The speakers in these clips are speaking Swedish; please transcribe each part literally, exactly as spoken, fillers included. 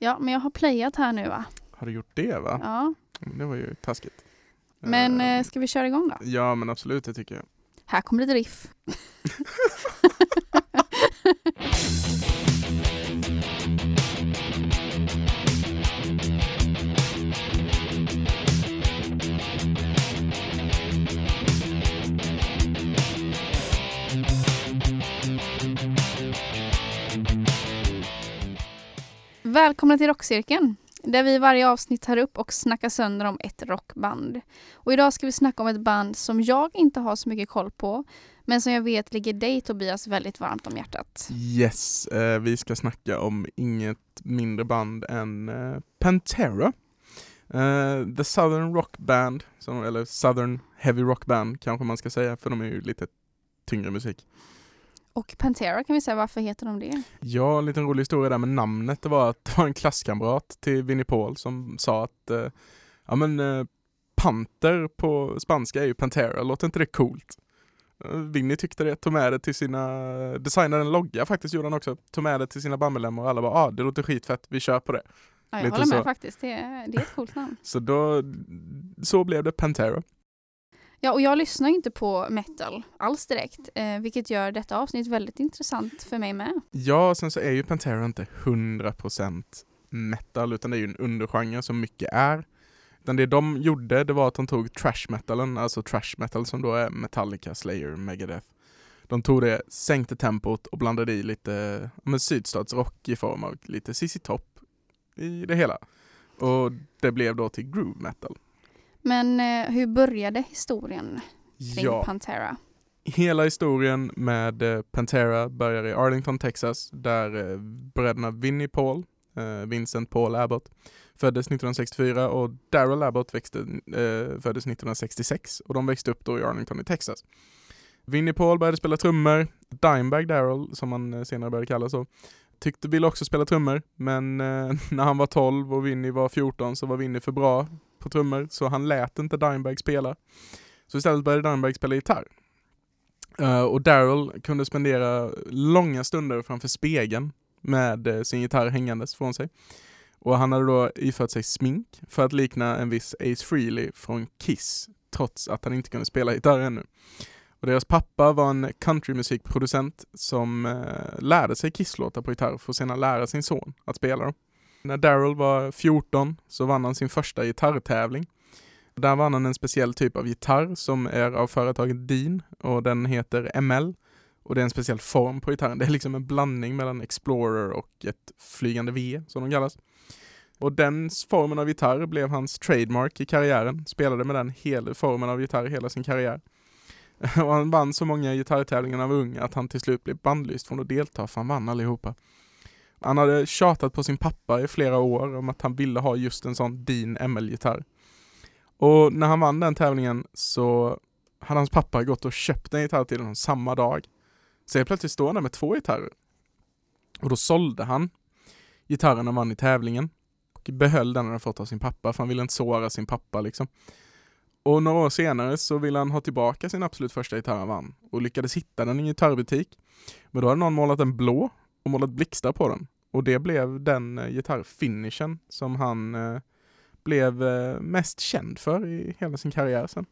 Ja, men jag har playat här nu va? Har du gjort det va? Ja. Det var ju taskigt. Men Uh, eh, ska vi köra igång då? Ja, men absolut, det tycker jag. Här kommer det riff. Välkomna till Rockcirkeln, där vi i varje avsnitt tar upp och snackar sönder om ett rockband. Och idag ska vi snacka om ett band som jag inte har så mycket koll på, men som jag vet ligger dig, Tobias, väldigt varmt om hjärtat. Yes, eh, vi ska snacka om inget mindre band än eh, Pantera. Eh, The Southern Rock Band, som, eller Southern Heavy Rock Band kanske man ska säga, för de är ju lite tyngre musik. Och Pantera, kan vi säga, varför heter de det? Ja, en liten rolig historia där med namnet. Det var att det var en klasskamrat till Vinnie Paul som sa att eh, ja men eh, panter på spanska är ju Pantera, låter inte det coolt? Eh, Vinnie tyckte det, tog med det till sina, designade en logga faktiskt, gjorde han också, tog med det till sina bandmedlemmar och alla bara, ah det låter skitfett, vi kör på det. Ja, jag Lite håller med så. faktiskt, det är, det är ett coolt namn. Så då, så blev det Pantera. Ja, och jag lyssnar ju inte på metal alls direkt, eh, vilket gör detta avsnitt väldigt intressant för mig med. Ja, sen så är ju Pantera inte hundra procent metal, utan det är ju en undergenre som mycket är. Utan det de gjorde, det var att de tog trash metalen, alltså trash metal som då är Metallica, Slayer, Megadeth. De tog det, sänkte tempot och blandade i lite med sydstatsrock i form av lite C C Top i det hela. Och det blev då till groove metal. Men eh, hur började historien kring Ja. Pantera? Hela historien med eh, Pantera börjar i Arlington, Texas, där eh, bröderna Vinnie Paul, eh, Vincent Paul Abbott, föddes nittonhundrasextiofyra och Darrell Abbott växte, eh, föddes nittonhundrasextiosex och de växte upp då i Arlington i Texas. Vinnie Paul började spela trummor, Dimebag Darrell, som han eh, senare började kalla så, tyckte ville också spela trummor, men eh, när han var tolv och Vinnie var fjorton så var Vinnie för bra på trummor, så han lät inte Dimebag spela. Så istället började Dimebag spela gitarr. Uh, och Darrell kunde spendera långa stunder framför spegeln med uh, sin gitarr hängandes från sig. Och han hade då ifört sig smink för att likna en viss Ace Frehley från Kiss, trots att han inte kunde spela gitarr ännu. Och deras pappa var en countrymusikproducent som uh, lärde sig Kiss-låtar på gitarr för att sedan lära sin son att spela dem. När Darrell var fjorton så vann han sin första gitarrtävling. Där vann han en speciell typ av gitarr som är av företaget Dean och den heter M L. Och det är en speciell form på gitarren. Det är liksom en blandning mellan Explorer och ett flygande V som de kallas. Och den formen av gitarr blev hans trademark i karriären. Spelade med den hela formen av gitarr hela sin karriär. Och han vann så många gitarrtävlingar när han var ung att han till slut blev bandlyst från att delta, för han vann allihopa. Han hade tjatat på sin pappa i flera år om att han ville ha just en sån Dean M L-gitarr. Och när han vann den tävlingen så hade hans pappa gått och köpt en gitarr till honom samma dag. Så jag plötsligt står han där med två gitarrer. Och då sålde han gitarren han vann i tävlingen. Och behöll den han hade fått av sin pappa, för han ville inte såra sin pappa liksom. Och några år senare så ville han ha tillbaka sin absolut första gitarr han vann. Och lyckades hitta den i en gitarrbutik. Men då hade någon målat en blå och målat blixtar på den. Och det blev den uh, gitarrfinishen som han uh, blev uh, mest känd för i hela sin karriär sen.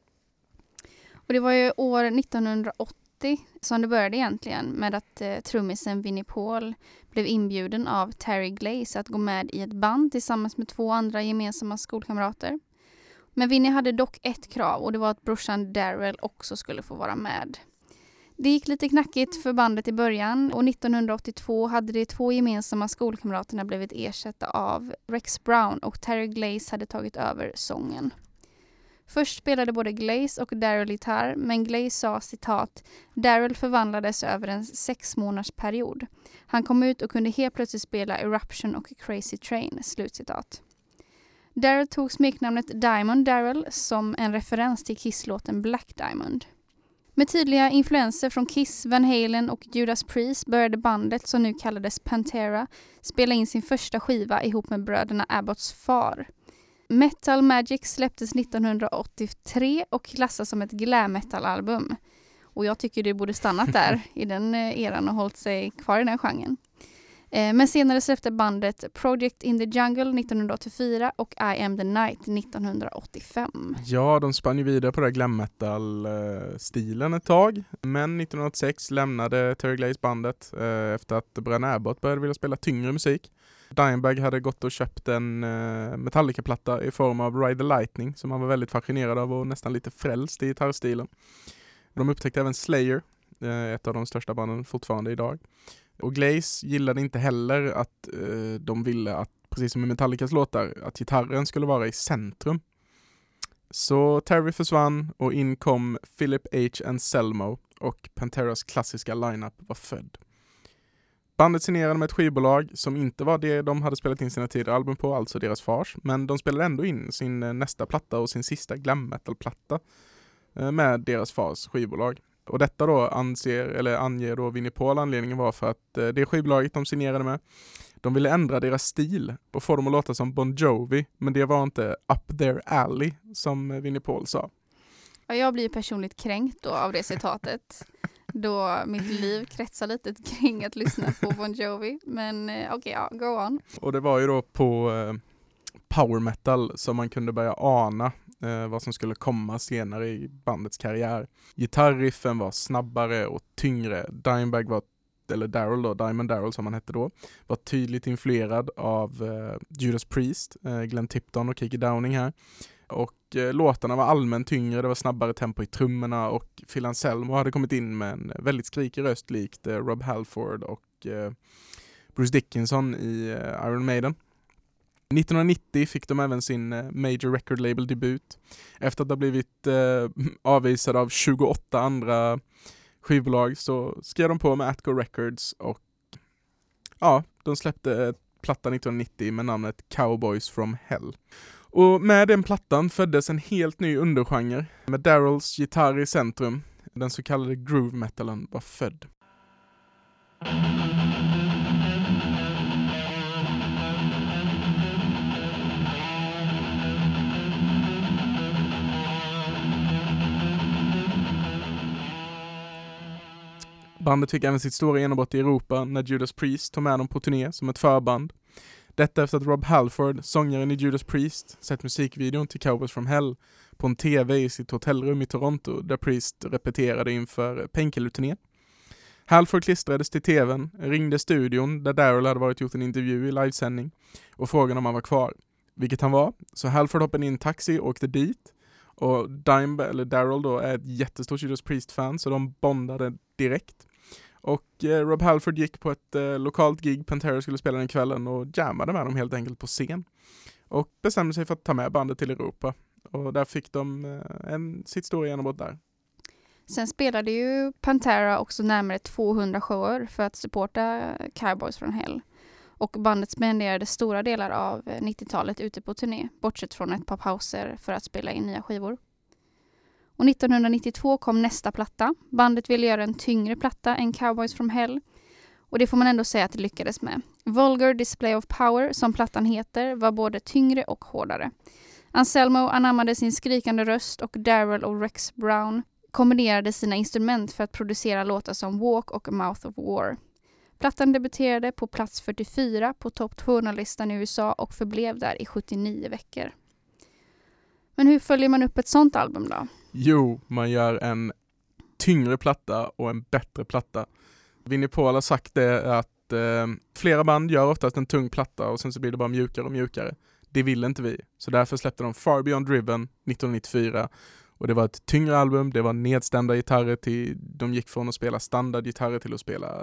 Och det var ju år nittonhundraåttio som det började egentligen med att uh, trummisen Vinnie Paul blev inbjuden av Terry Glaze att gå med i ett band tillsammans med två andra gemensamma skolkamrater. Men Vinnie hade dock ett krav, och det var att brorsan Darrell också skulle få vara med. Det gick lite knackigt för bandet i början, och nittonhundraåttiotvå hade de två gemensamma skolkamraterna blivit ersatta av Rex Brown, och Terry Glaze hade tagit över sången. Först spelade både Glaze och Darrell gitarr, men Glaze sa citat: Darrell förvandlades över en sex månaders period. Han kom ut och kunde helt plötsligt spela Eruption och Crazy Train, slutcitat. Darrell tog smeknamnet Diamond Darrell som en referens till Kiss-låten Black Diamond. Med tydliga influenser från Kiss, Van Halen och Judas Priest började bandet, som nu kallades Pantera, spela in sin första skiva ihop med bröderna Abbotts far. Metal Magic släpptes nittonhundraåttiotre och klassas som ett glam metal-album. Och jag tycker det borde stannat där i den eran och hållit sig kvar i den genren. Eh, men senare släppte bandet Project in the Jungle nittonhundraåttiofyra och I Am the Night nittonhundraåttiofem. Ja, de spann ju vidare på det här glam metal-stilen ett tag. Men nittonhundraåttiosex lämnade Terry Glaze bandet eh, efter att Brian Abbott började vilja spela tyngre musik. Dimebag hade gått och köpt en eh, Metallica-platta i form av Ride the Lightning som han var väldigt fascinerad av och nästan lite frälst i gitarrstilen. De upptäckte även Slayer, eh, ett av de största banden fortfarande idag. Och Glaze gillade inte heller att eh, de ville att, precis som i Metallicas låtar, att gitarren skulle vara i centrum. Så Terry försvann och in kom Philip H. Anselmo och Panteras klassiska lineup var född. Bandet signerade med ett skivbolag som inte var det de hade spelat in sina tidigare album på, alltså deras fars, men de spelade ändå in sin nästa platta och sin sista glam metal-platta med deras fars skivbolag. Och detta då anser, eller anger då Vinnie Paul anledningen var för att eh, det skivbolaget de signerade med, de ville ändra deras stil och få dem att låta som Bon Jovi, men det var inte up their alley som Vinnie Paul sa. Ja, jag blir personligt kränkt då av det citatet, då mitt liv kretsar lite kring att lyssna på Bon Jovi, men eh, okej, okay, ja, go on. Och det var ju då på eh, power metal som man kunde börja ana Eh, vad som skulle komma senare i bandets karriär. Gitarriffen var snabbare och tyngre. Dimebag var, eller Daryl då, Diamond Daryl som han hette då, var tydligt influerad av eh, Judas Priest, eh, Glenn Tipton och Kiki Downing här. Och eh, låtarna var allmänt tyngre, det var snabbare tempo i trummorna och Phil Anselmo hade kommit in med en väldigt skrikig röst likt eh, Rob Halford och eh, Bruce Dickinson i eh, Iron Maiden. nittonhundranittio fick de även sin Major Record Label-debut efter att ha blivit eh, avvisade av tjugoåtta andra skivbolag, så skrev de på med Atco Records och ja, de släppte plattan nittonhundranittio med namnet Cowboys from Hell. Och med den plattan föddes en helt ny undergenre med Daryls gitarr i centrum. Den så kallade groove metalen var född. Bandet fick även sitt stora genombrott i Europa när Judas Priest tog med dem på turné som ett förband. Detta efter att Rob Halford, sångaren i Judas Priest, sett musikvideon till Cowboys from Hell på en tv i sitt hotellrum i Toronto där Priest repeterade inför Painkiller-turnén. Halford klistrades till tvn, ringde studion där Daryl hade varit gjort en intervju i livesändning och frågade om han var kvar. Vilket han var, så Halford hoppade in en taxi och åkte dit. Och Dimebag, eller Daryl då, är ett jättestort Judas Priest-fan så de bondade direkt. Och eh, Rob Halford gick på ett eh, lokalt gig Pantera skulle spela den kvällen och jammade med dem helt enkelt på scen. Och bestämde sig för att ta med bandet till Europa. Och där fick de eh, en, sitt stora genombrott där. Sen spelade ju Pantera också närmare tvåhundra shower för att supporta Cowboys from Hell. Och bandet spenderade stora delar av nittiotalet ute på turné, bortsett från ett par pauser för att spela in nya skivor. Och nittonhundranittiotvå kom nästa platta. Bandet ville göra en tyngre platta än Cowboys from Hell. Och det får man ändå säga att det lyckades med. Vulgar Display of Power, som plattan heter, var både tyngre och hårdare. Anselmo anammade sin skrikande röst och Daryl och Rex Brown kombinerade sina instrument för att producera låtar som Walk och Mouth of War. Plattan debuterade på plats fyrtiofyra på topp tvåhundra-listan i U S A och förblev där i sjuttionio veckor. Men hur följer man upp ett sånt album då? Jo, man gör en tyngre platta och en bättre platta. Vinnie Paul har sagt det att eh, flera band gör oftast en tung platta och sen så blir det bara mjukare och mjukare. Det vill inte vi. Så därför släppte de Far Beyond Driven nittonhundranittiofyra. Och det var ett tyngre album, det var nedstämda gitarrer till, de gick från att spela standardgitarrer till att spela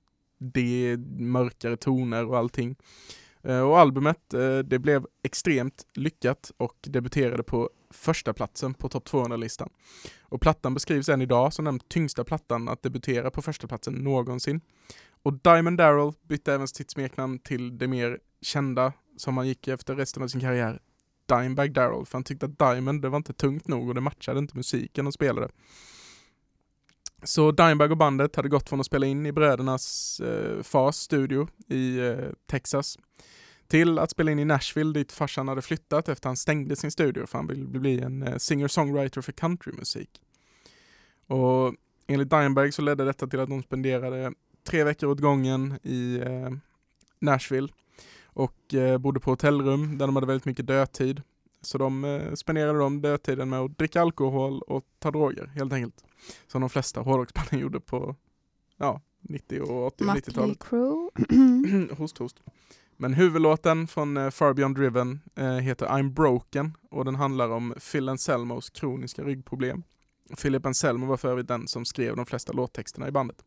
det mörkare toner och allting. Och albumet, det blev extremt lyckat och debuterade på första platsen på topp tvåhundra-listan. Och plattan beskrivs än idag som den tyngsta plattan att debutera på första platsen någonsin. Och Diamond Daryl bytte även sitt smeknamn till det mer kända som han gick efter resten av sin karriär, Dimebag Daryl, för han tyckte att Diamond, det var inte tungt nog och det matchade inte musiken de spelade. Så Dimebag och bandet hade gått från att spela in i brödernas eh, fars studio i eh, Texas till att spela in i Nashville dit farsan hade flyttat efter han stängde sin studio för han ville bli en eh, singer-songwriter för countrymusik. Och enligt Dimebag så ledde detta till att de spenderade tre veckor åt gången i eh, Nashville och eh, bodde på hotellrum där de hade väldigt mycket dödtid. Så de eh, spenderade de dödtiden med att dricka alkohol och ta droger helt enkelt. Som de flesta hårdrocksbanden gjorde på ja, nittio- och åttio- och nittiotalet. host, host. Men huvudlåten från eh, Far Beyond Driven eh, heter I'm Broken och den handlar om Phil Anselmos kroniska ryggproblem. Philip Anselmo var för övrigt den som skrev de flesta låttexterna i bandet.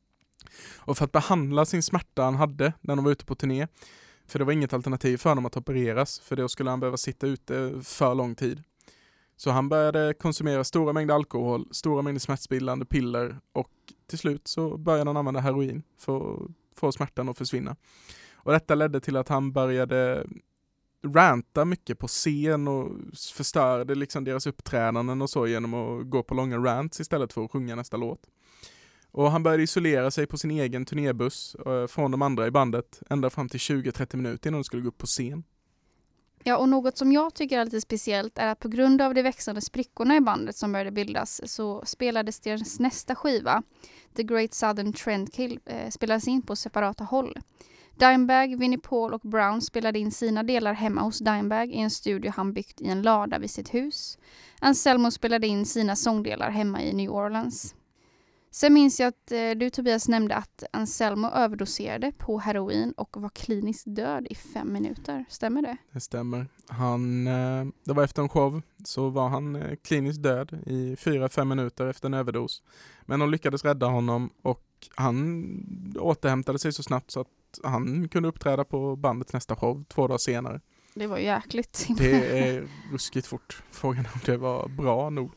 Och för att behandla sin smärta han hade när de var ute på turné, för det var inget alternativ för honom att opereras, för då skulle han behöva sitta ute för lång tid. Så han började konsumera stora mängder alkohol, stora mängder smärtstillande piller och till slut så började han använda heroin för att få smärtan att försvinna. Och detta ledde till att han började ranta mycket på scen och förstörde liksom deras uppträdanden och så genom att gå på långa rants istället för att sjunga nästa låt. Och han började isolera sig på sin egen turnébuss eh, från de andra i bandet ända fram till tjugo till trettio minuter innan de skulle gå upp på scen. Ja, och något som jag tycker är lite speciellt är att på grund av de växande sprickorna i bandet som började bildas så spelades deras nästa skiva, The Great Southern Trendkill, eh, spelades in på separata håll. Dimebag, Vinnie Paul och Brown spelade in sina delar hemma hos Dimebag i en studio han byggt i en lada vid sitt hus. Anselmo spelade in sina sångdelar hemma i New Orleans. Sen minns jag att eh, du Tobias nämnde att Anselmo överdoserade på heroin och var kliniskt död i fem minuter. Stämmer det? Det stämmer. Han, eh, det var efter en show så var han eh, kliniskt död i fyra fem minuter efter en överdos. Men de lyckades rädda honom och han återhämtade sig så snabbt så att han kunde uppträda på bandets nästa show två dagar senare. Det var jäkligt. Det är ruskigt fort. Frågan om det var bra nog.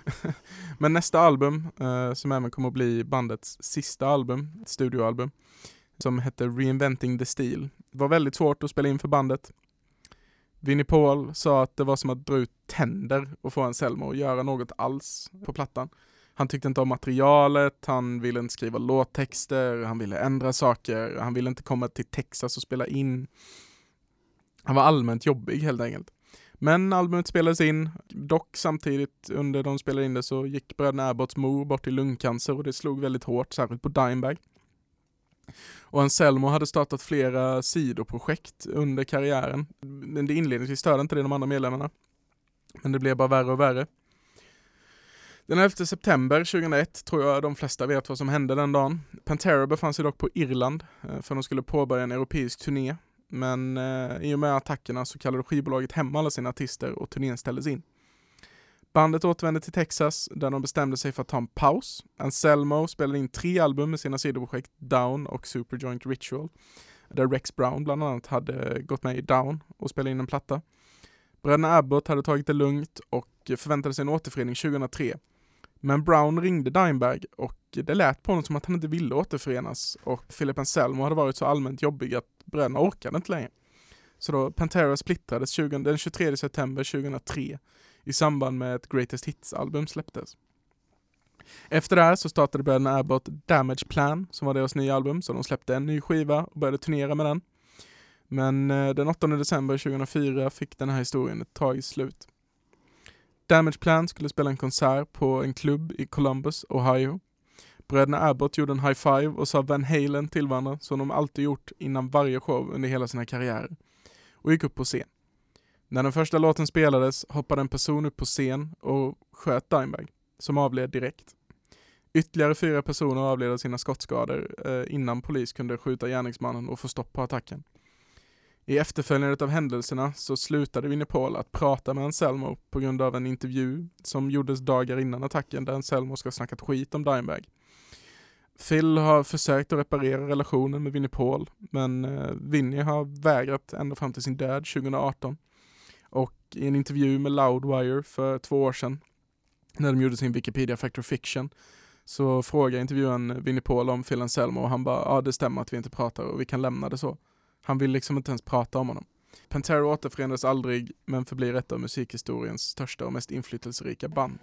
Men nästa album, eh, som även kommer att bli bandets sista album, ett studioalbum, som heter Reinventing the Steel, var väldigt svårt att spela in för bandet. Vinnie Paul sa att det var som att dra ut tänder och få Anselmo att göra något alls på plattan. Han tyckte inte om materialet, han ville inte skriva låttexter, han ville ändra saker, han ville inte komma till Texas och spela in. Han var allmänt jobbig helt enkelt. Men albumet spelades in, dock samtidigt under de spelade in det så gick bröderna Abbotts mor bort i lungcancer och det slog väldigt hårt, särskilt på Dimebag. Och Anselmo hade startat flera sidoprojekt under karriären. Men det inledningsvis störde inte det de andra medlemmarna. Men det blev bara värre och värre. Den elfte september tjugohundraett tror jag de flesta vet vad som hände den dagen. Pantera befann sig dock på Irland för de skulle påbörja en europeisk turné. Men eh, i och med attackerna så kallade skivbolaget hem alla sina artister och turnén ställdes in. Bandet återvände till Texas där de bestämde sig för att ta en paus. Anselmo spelade in tre album med sina sidoprojekt Down och Superjoint Ritual. Där Rex Brown bland annat hade gått med i Down och spelat in en platta. Bröderna Abbott hade tagit det lugnt och förväntade sig en återförening tjugohundratre. Men Brown ringde Dimebag och det lät på honom som att han inte ville återförenas. Och Philip Anselmo hade varit så allmänt jobbig att bröderna orkade inte längre. Så då Pantera splittrades tjugo, den tjugotredje september tjugohundratre i samband med ett Greatest Hits-album släpptes. Efter det här så startade bröderna Abbott Damage Plan som var deras nya album. Så de släppte en ny skiva och började turnera med den. Men den åttonde december tjugohundrafyra fick den här historien ett tragiskt slut. Damage Plan skulle spela en konsert på en klubb i Columbus, Ohio. Bröderna Abbott gjorde en high five och sa Van Halen till varandra som de alltid gjort innan varje show under hela sina karriärer. Och gick upp på scen. När den första låten spelades hoppade en person upp på scen och sköt Dimebag, som avled direkt. Ytterligare fyra personer avled av sina skottskador eh, innan polis kunde skjuta gärningsmannen och få stopp på attacken. I efterföljandet av händelserna så slutade Vinnie Paul att prata med Anselmo på grund av en intervju som gjordes dagar innan attacken där Anselmo ska ha snackat skit om Dimebag. Phil har försökt att reparera relationen med Vinnie Paul men eh, Vinnie har vägrat ända fram till sin död tjugoarton. Och i en intervju med Loudwire för två år sedan när de gjorde sin Wikipedia Fact or Fiction så frågar intervjuaren Vinnie Paul om Phil Anselmo och han bara, ja det stämmer att vi inte pratar och vi kan lämna det så. Han vill liksom inte ens prata om honom. Pantera återförenades aldrig men förblir ett av musikhistoriens största och mest inflytelserika band.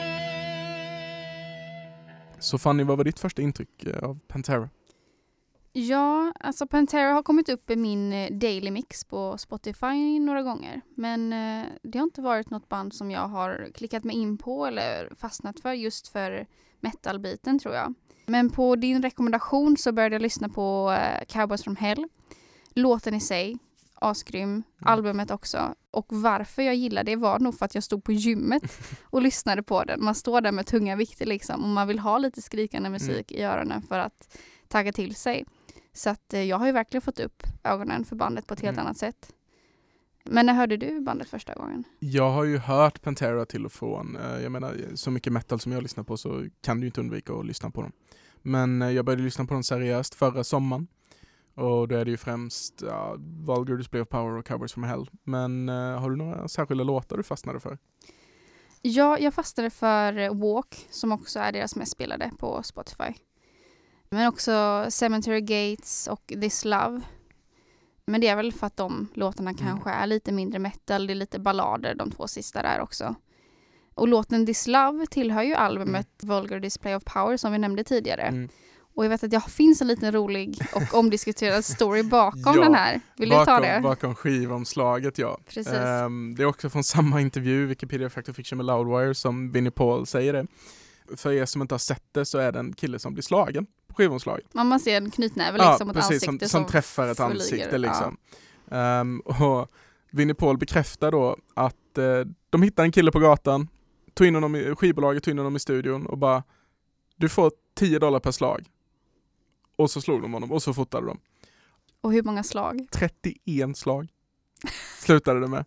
Så Fanny, vad var ditt första intryck av Pantera? Ja, alltså Pantera har kommit upp i min eh, daily mix på Spotify några gånger. Men eh, det har inte varit något band som jag har klickat mig in på eller fastnat för just för metalbiten tror jag. Men på din rekommendation så började jag lyssna på eh, Cowboys from Hell. Låten i sig, asgrym. Mm. Albumet också. Och varför jag gillade det var nog för att jag stod på gymmet och lyssnade på den. Man står där med tunga vikter liksom och man vill ha lite skrikande musik mm. i öronen för att tagga till sig. Så att eh, jag har ju verkligen fått upp ögonen för bandet på ett helt mm. annat sätt. Men när hörde du bandet första gången? Jag har ju hört Pantera till och från. Jag menar, så mycket metal som jag lyssnar på så kan du inte undvika att lyssna på dem. Men jag började lyssna på dem seriöst förra sommaren. Och då är det ju främst ja, Vulgar Display of Power och Cowboys from Hell. Men uh, har du några särskilda låtar du fastnade för? Ja, jag fastnade för Walk som också är deras mest spelade på Spotify. Men också Cemetery Gates och This Love. Men det är väl för att de låtarna mm. kanske är lite mindre metal. Det är lite ballader, de två sista där också. Och låten This Love tillhör ju albumet mm. Vulgar Display of Power som vi nämnde tidigare. Mm. Och jag vet att det finns en liten rolig och omdiskuterad story bakom ja, den här. Vill bakom, du ta det? Bakom skivomslaget, ja. Precis. Um, det är också från samma intervju, Wikipedia Fact or Fiction med Loudwire, som Vinnie Paul säger det. För er som inte har sett det så är det en kille som blir slagen på skivomslaget. Ja, man ser en knytnäve liksom ja, mot precis, ansiktet som, som som träffar ett flyger. ansikte liksom. Ja. Um, och Vinnie Paul bekräftar då att uh, de hittar en kille på gatan, tog in honom i skivbolaget, tog in honom i studion och bara, du får tio dollar per slag. Och så slog de honom och så fotade de. Och hur många slag? trettioen slag. Slutade det med.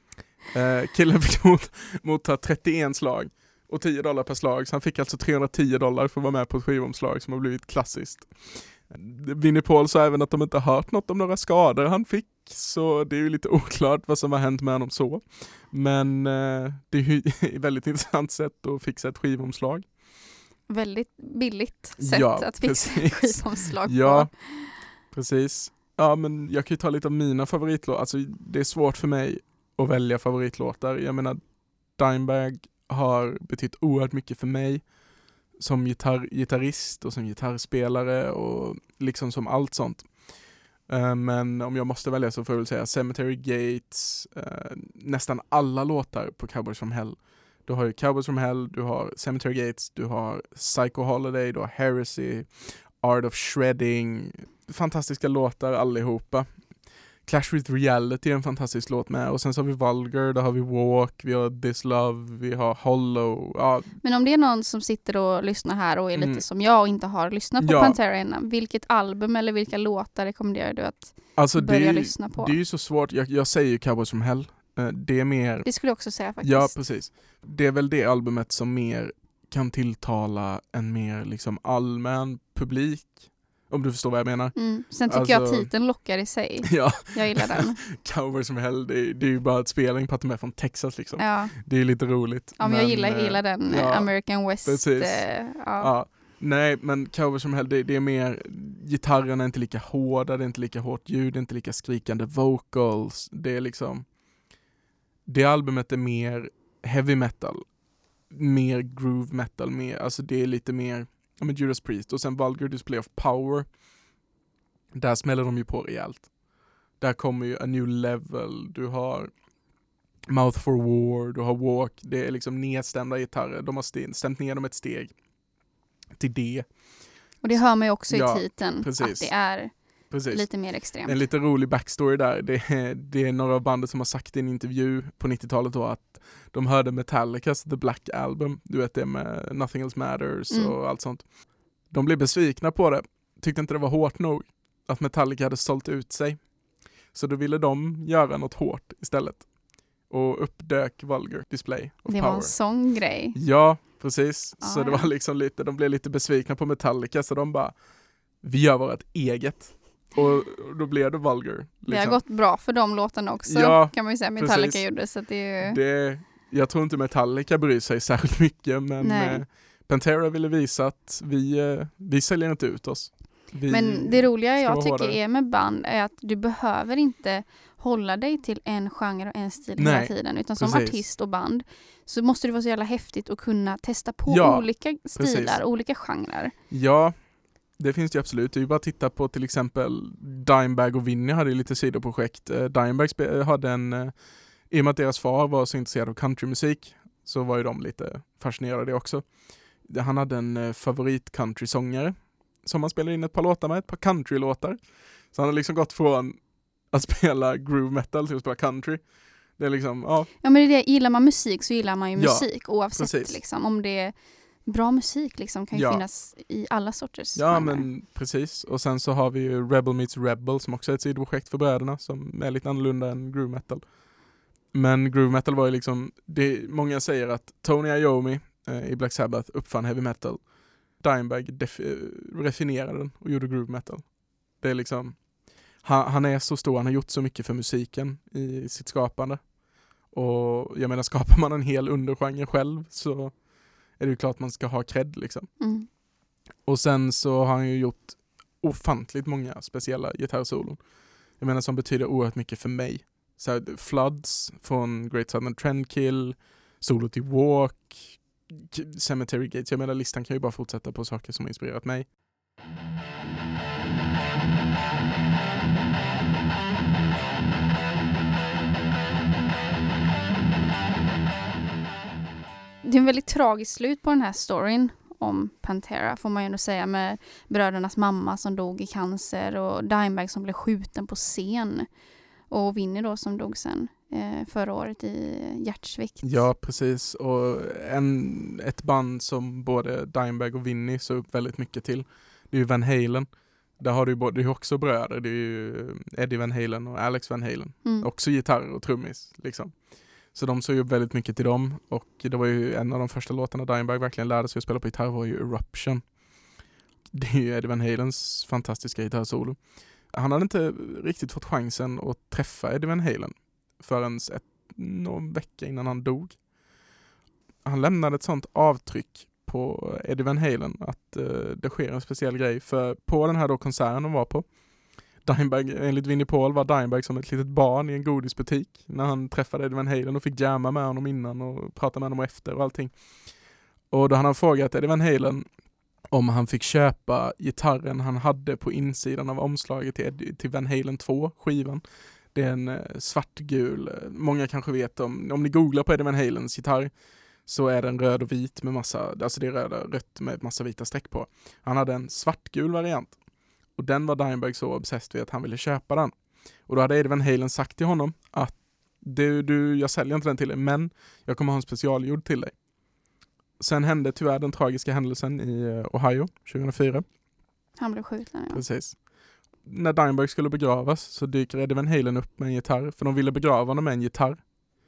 Uh, killen fick mot, motta trettioen slag. Och tio dollar per slag. Så han fick alltså trehundratio dollar för att vara med på ett skivomslag som har blivit klassiskt. Vinnie Paul sa även att de inte hört något om några skador han fick. Så det är ju lite oklart vad som har hänt med honom så. Men eh, det är ju ett väldigt intressant sätt att fixa ett skivomslag. Väldigt billigt sätt ja, att fixa precis. ett skivomslag ja, på. precis. Ja, men jag kan ju ta lite av mina favoritlåtar. Alltså det är svårt för mig att välja favoritlåtar. Jag menar, Dimebag har betytt oerhört mycket för mig som gitarr, gitarrist och som gitarrspelare och liksom som allt sånt. Uh, men om jag måste välja så får jag väl säga Cemetery Gates, uh, nästan alla låtar på Cowboys from Hell. Du har ju Cowboys from Hell, du har Cemetery Gates, du har Psycho Holiday, du har Heresy, Art of Shredding, fantastiska låtar allihopa. Clash with Reality är en fantastisk låt med. Och sen så har vi Vulgar, då har vi Walk, vi har This Love, vi har Hollow. Ja. Men om det är någon som sitter och lyssnar här och är lite mm. som jag och inte har lyssnat på ja. Pantera innan, vilket album eller vilka låtar rekommenderar du att alltså börja det, lyssna på? Det är ju så svårt. Jag, jag säger ju Cowboys from Hell. Det är mer... Det skulle jag också säga faktiskt. Ja, precis. Det är väl det albumet som mer kan tilltala en mer liksom allmän publik. Om du förstår vad jag menar. Mm. Sen tycker alltså, jag att titeln lockar i sig. Ja. Jag gillar den. Cowboys from Hell, det är, det är ju bara ett spelning på att de är från Texas liksom. Ja. Det är lite roligt. Ja, men, men jag gillar, gillar den ja, American West. Precis. Eh, ja. Ja. Nej, men Cowboys from Hell, det, det är mer, gitarrerna är inte lika hårda, det är inte lika hårt ljud, det är inte lika skrikande vocals. Det är liksom, det albumet är mer heavy metal, mer groove metal, mer, alltså det är lite mer, ja men Judas Priest och sen Vulgar Display of Power. Där smäller de ju på rejält. Där kommer ju A New Level, du har Mouth for War, du har Walk, det är liksom nedstämda gitarrer, de har st- stämt ner dem ett steg till det. Och det hör man ju också ja, i titeln, precis. att det är precis. lite mer extremt. En lite rolig backstory där, det är, det är några av bandet som har sagt i en intervju på nittiotalet då att de hörde Metallicas The Black Album, du vet det med Nothing Else Matters mm. och allt sånt. De blev besvikna på det, tyckte inte det var hårt nog att Metallica hade sålt ut sig. Så då ville de göra något hårt istället. Och uppdök Vulgar Display of Det Power. var en sån grej. Ja, precis. Ah, så det ja. var liksom lite, de blev lite besvikna på Metallica så de bara, vi gör vårt eget. Och då blev det Vulgar. Liksom. Det har gått bra för de låtarna också, ja, kan man ju säga. Metallica precis. gjorde så att det är ju... det, jag tror inte Metallica bryr sig särskilt mycket, men eh, Pantera ville visa att vi, eh, vi säljer inte ut oss. Vi men det roliga jag tycker hårdare. är med band är att du behöver inte hålla dig till en genre och en stil Nej, hela tiden. Utan som precis. artist och band så måste det vara så jävla häftigt att kunna testa på Ja, olika stilar, precis. olika genrer. Ja, Det finns det ju absolut. Det är ju bara att titta på till exempel Dimebag och Vinny hade ju lite sidoprojekt. Uh, Dimebag spe- hade en, uh, i och med att deras far var så intresserad av countrymusik så var ju de lite fascinerade av det också. Han hade en uh, favorit countrysångare som han spelade in ett par låtar med, ett par countrylåtar. Så han har liksom gått från att spela groove metal till att spela country. Det är liksom, ja. Ja, men det är det, gillar man musik så gillar man ju Ja, musik oavsett precis. liksom. Om det är bra musik liksom kan ju Ja. finnas i alla sorters Ja, genrer. men precis. Och sen så har vi ju Rebel Meets Rebel som också är ett sidoprojekt för bröderna som är lite annorlunda än groove metal. Men groove metal var ju liksom, det, många säger att Tony Iommi eh, i Black Sabbath uppfann heavy metal. Dimebag def- refinerade den och gjorde groove metal. Det är liksom, han, han är så stor, han har gjort så mycket för musiken i sitt skapande. Och jag menar, skapar man en hel undergenre själv så är det ju klart man ska ha cred liksom. Mm. Och sen så har han ju gjort ofantligt många speciella gitarrsolon. Jag menar som betyder oerhört mycket för mig. Så här, Floods från Great Southern Trendkill, solo till Walk, Cemetery Gates. Jag menar listan kan ju bara fortsätta på saker som har inspirerat mig. Det är en väldigt tragisk slut på den här storyn om Pantera får man ju ändå säga, med brödernas mamma som dog i cancer och Dimebag som blev skjuten på scen och Vinny då som dog sen eh, förra året i hjärtsvikt. Ja, precis. Och en, ett band som både Dimebag och Vinny så upp väldigt mycket till, det är ju Van Halen. Där har du ju både, det är också bröder, det är ju Eddie Van Halen och Alex Van Halen. Mm. Också gitarr och trummis liksom. Så de såg ju upp väldigt mycket till dem. Och det var ju en av de första låtarna Dimebag verkligen lärde sig att spela på gitarr var ju Eruption. Det är ju Eddie Van Halens fantastiska gitarrsolo. Han hade inte riktigt fått chansen att träffa Eddie Van Halen förrän ett, någon vecka innan han dog. Han lämnade ett sånt avtryck på Eddie Van Halen att uh, det sker en speciell grej. För på den här då konserten de var på, Dimebag, enligt Vinnie Paul var Dimebag som ett litet barn i en godisbutik när han träffade Eddie Van Halen och fick jamma med honom innan och prata med honom efter och allting. Och då han har frågat Eddie Van Halen om han fick köpa gitarren han hade på insidan av omslaget till, Eddie, till Van Halen två, skivan. Det är en eh, svartgul, många kanske vet om, om ni googlar på Eddie Van Halens gitarr så är den röd och vit med massa, alltså det är röda, rött med massa vita streck på. Han hade en svartgul variant. Och den var Dimebag så obsessed vid att han ville köpa den. Och då hade Eddie Van Halen sagt till honom att du, du, jag säljer inte den till dig, men jag kommer ha en specialgjord till dig. Sen hände tyvärr den tragiska händelsen i Ohio tjugohundrafyra. Han blev skjuten, ja. Precis. När Dimebag skulle begravas så dyker Eddie Van Halen upp med en gitarr. För de ville begrava honom med en gitarr.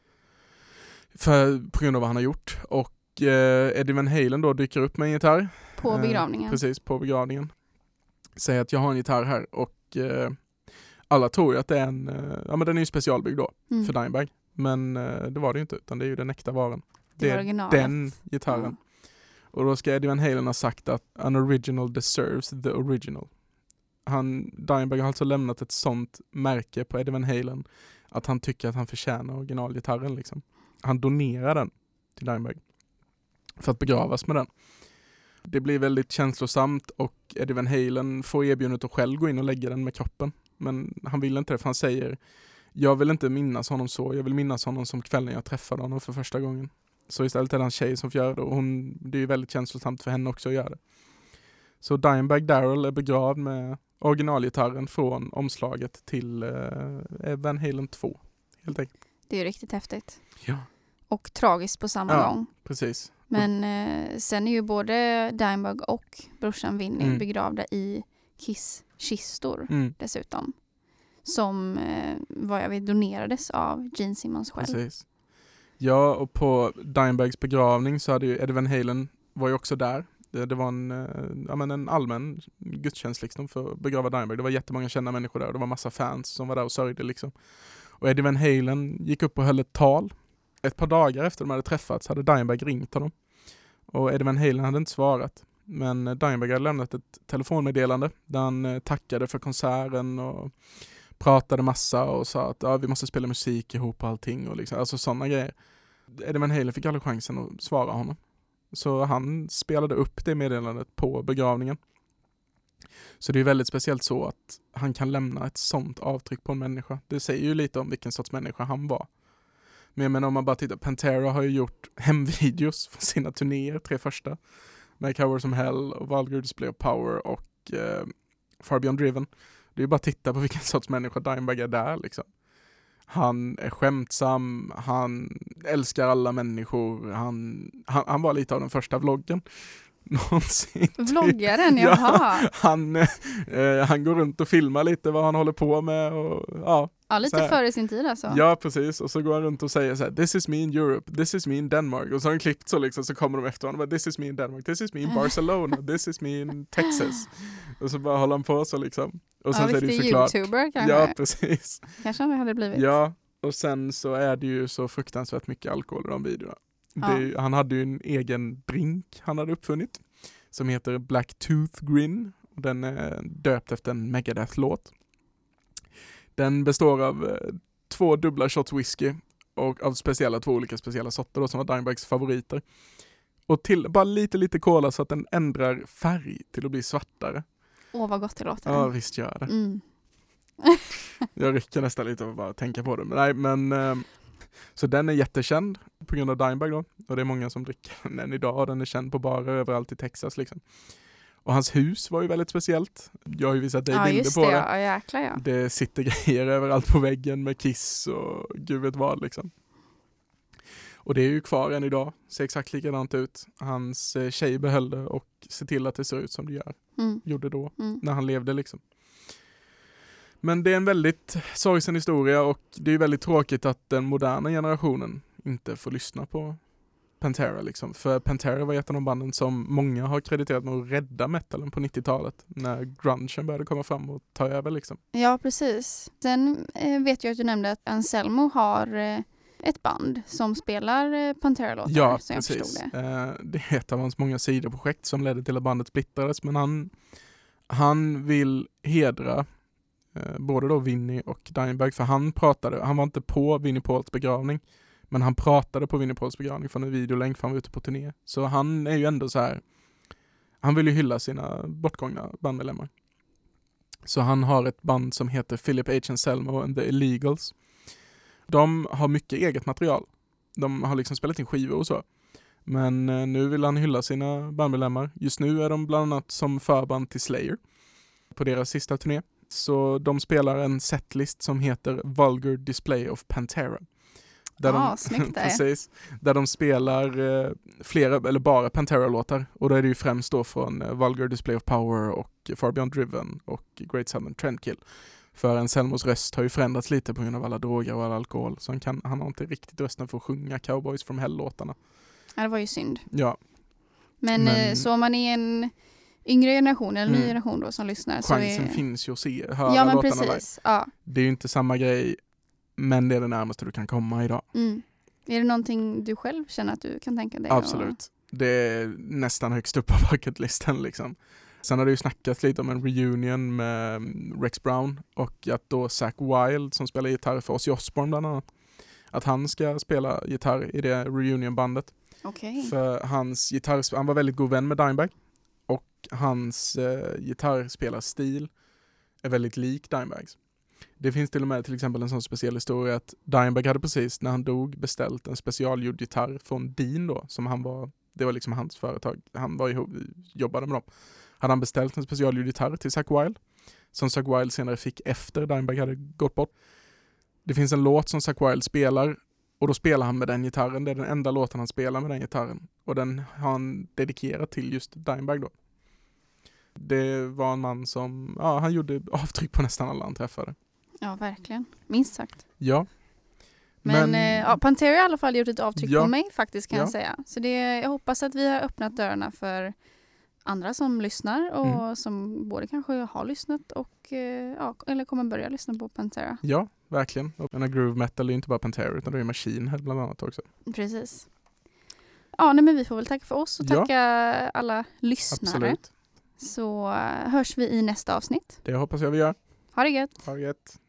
För, på grund av vad han har gjort. Och eh, Eddie Van Halen då dyker upp med en gitarr. På begravningen. Eh, precis, på begravningen. Säger att jag har en gitarr här och eh, alla tror ju att det är en, eh, ja men den är ju specialbyggd då Mm. för Dimebag. Men eh, det var det ju inte, utan det är ju den äkta varan. Det Det är är originalet. den gitarren. Ja. Och då ska Eddie Van Halen ha sagt att an original deserves the original. Han, Dimebag har alltså lämnat ett sånt märke på Eddie Van Halen att han tycker att han förtjänar originalgitarren liksom. Han donerar den till Dimebag för att begravas med den. Det blir väldigt känslosamt och Eddie Van Halen får erbjudandet att själv gå in och lägga den med kroppen. Men han vill inte det för han säger jag vill inte minnas honom så. Jag vill minnas honom som kvällen jag träffade honom för första gången. Så istället är det en tjej som får göra det och hon, det är ju väldigt känslosamt för henne också att göra det. Så Dimebag Darrell är begravd med originalgitarren från omslaget till eh, Van Halen två. Helt enkelt. Det är ju riktigt häftigt. Ja. Och tragiskt på samma Ja. gång. Precis. Men eh, sen är ju både Dimebag och brorsan Vinny Mm. begravda i Kiss-kistor Mm. dessutom. Som eh, vad jag vet donerades av Gene Simmons själv. Precis. Ja, och på Dimebags begravning så hade ju Eddie Van Halen var ju också där. Det, det var en, eh, ja, men en allmän gudstjänst liksom för att begrava Dimebag. Det var jättemånga kända människor där och det var massa fans som var där och sörjde liksom. Och Eddie Van Halen gick upp och höll ett tal. Ett par dagar efter de hade träffats hade Dimebag ringt honom. Och Eddie Van Halen hade inte svarat. Men Dimebag hade lämnat ett telefonmeddelande där han eh, tackade för konserten och pratade massa och sa att ja, vi måste spela musik ihop och allting. Och liksom, alltså sådana grejer. Eddie Van Halen fick aldrig chansen att svara honom. Så han spelade upp det meddelandet på begravningen. Så det är väldigt speciellt så att han kan lämna ett sånt avtryck på en människa. Det säger ju lite om vilken sorts människa han var. Men jag menar om man bara tittar, Pantera har ju gjort hemvideos för sina turnéer, tre första. Med Cowards from Hell och Vulgar Display of Power och eh, Far Beyond Driven. Det är ju bara att titta på vilken sorts människa Dimebag är där liksom. Han är skämtsam, han älskar alla människor, han, han, han var lite av den första vloggen någonsin. Vloggaren, jaha. Ja, han, eh, han går runt och filmar lite vad han håller på med. Och, ja, ja, lite före sin tid alltså. Ja, precis. Och så går han runt och säger så här: this is me in Europe, this is me in Denmark. Och så har han klippt så liksom, så kommer de efter honom och bara, this is me in Denmark, this is me in Barcelona, this is me in Texas. Och så bara håller han på så liksom. Och sen ja, så är det ju såklart YouTuber kanske. Ja, precis. Kanske han hade blivit. Ja, och sen så är det ju så fruktansvärt mycket alkohol i de videorna. Ja. Det är ju, han hade ju en egen drink han hade uppfunnit som heter Black Tooth Grin. Den är döpt efter en Megadeth-låt. Den består av eh, två dubbla shots whisky och av speciella, två olika speciella sorter då, som var Dimebags favoriter. Och till bara lite, lite cola så att den ändrar färg till att bli svartare. Åh, vad gott det låter. Ja, visst gör det. Mm. Jag rycker nästan lite och bara tänka på det. Men nej, men... Eh, så den är jättekänd på grund av Dimebag då. Och det är många som dricker den idag. Den är känd på barer överallt i Texas liksom. Och hans hus var ju väldigt speciellt. Jag har ju visat dig ja, bilder på det. Ja, jäklar ja. Det sitter grejer överallt på väggen med Kiss och gud vet vad liksom. Och det är ju kvar än idag. Ser exakt likadant ut. Hans eh, tjej behöll det och ser till att det ser ut som det gör. Mm. Gjorde då, mm. när han levde liksom. Men det är en väldigt sorgsen historia och det är väldigt tråkigt att den moderna generationen inte får lyssna på Pantera liksom. För Pantera var ett av de banden som många har krediterat med att rädda metalen på nittiotalet när grungen började komma fram och ta över liksom. Ja, precis. Sen eh, vet jag att du nämnde att Anselmo har eh, ett band som spelar eh, Pantera-låtar. Ja, så precis. Jag förstod det. Eh, det är ett av hans många sidoprojekt som ledde till att bandet splittrades, men han, han vill hedra eh, både då Vinnie och Dimebag, för han pratade, han var inte på Vinnie Pauls begravning, men han pratade på Vinnie Pauls begravning från en videolänk för han var ute på turné. Så han är ju ändå så här, han vill ju hylla sina bortgångna bandmedlemmar. Så han har ett band som heter Philip H. Anselmo and the Illegals. De har mycket eget material. De har liksom spelat in skivor och så. Men eh, nu vill han hylla sina bandmedlemmar. Just nu är de bland annat som förband till Slayer på deras sista turné. Så de spelar en setlist som heter Vulgar Display of Pantera. Där Ja, de, snyggt det. precis, där de spelar eh, flera, eller bara Pantera-låtar. Och då är det ju främst då från eh, Vulgar Display of Power och Far Beyond Driven och Great Southern Trendkill. För Anselmos röst har ju förändrats lite på grund av alla droger och all alkohol. Så han, kan, han har inte riktigt rösten för att sjunga Cowboys from Hell-låtarna. Ja, det var ju synd. Ja. Men, Men eh, så om man är en yngre generation eller Mm. ny generation då som lyssnar. Chansen så är... finns ju att se, höra ja, men låtarna precis. live. Ja. Det är ju inte samma grej, men det är det närmaste du kan komma idag. Mm. Är det någonting du själv känner att du kan tänka dig? Absolut. Och... Det är nästan högst upp på bucketlisten liksom. Sen har det ju snackats lite om en reunion med Rex Brown och att då Zakk Wylde som spelar gitarr för Ozzy Osbourne bland annat, att han ska spela gitarr i det reunionbandet. Okay. För hans gitarr, han var väldigt god vän med Dimebag och hans eh, gitarrspelarstil är väldigt lik Dimebags. Det finns till och med till exempel en sån speciell historia att Dimebag hade precis när han dog beställt en specialgjord gitarr från Dean då, som han var, det var liksom hans företag, han var ihop, jobbade med dem. Hade han beställt en specialgjord gitarr till Zakk Wylde som Zakk Wylde senare fick efter Dimebag hade gått bort. Det finns en låt som Zakk Wylde spelar och då spelar han med den gitarren. Det är den enda låten han spelar med den gitarren. Och den har han dedikerat till just Dimebag då. Det var en man som, ja, han gjorde avtryck på nästan alla han träffade. Ja, verkligen. Minst sagt. Ja. Men, Men eh, ja, Pantera har i alla fall gjort ett avtryck ja. på mig faktiskt kan Ja. jag säga. Så det, jag hoppas att vi har öppnat dörrarna för andra som lyssnar och Mm. som både kanske har lyssnat och eh, ja, eller kommer börja lyssna på Pantera. Ja, verkligen. Och den här groove metal är ju inte bara Pantera utan det är Machine Head bland annat också. Precis. Ja, nej, men vi får väl tacka för oss och Ja. tacka alla lyssnare. Absolut. Så eh, hörs vi i nästa avsnitt. Det hoppas jag vi gör. Ha det gött! Ha det gött.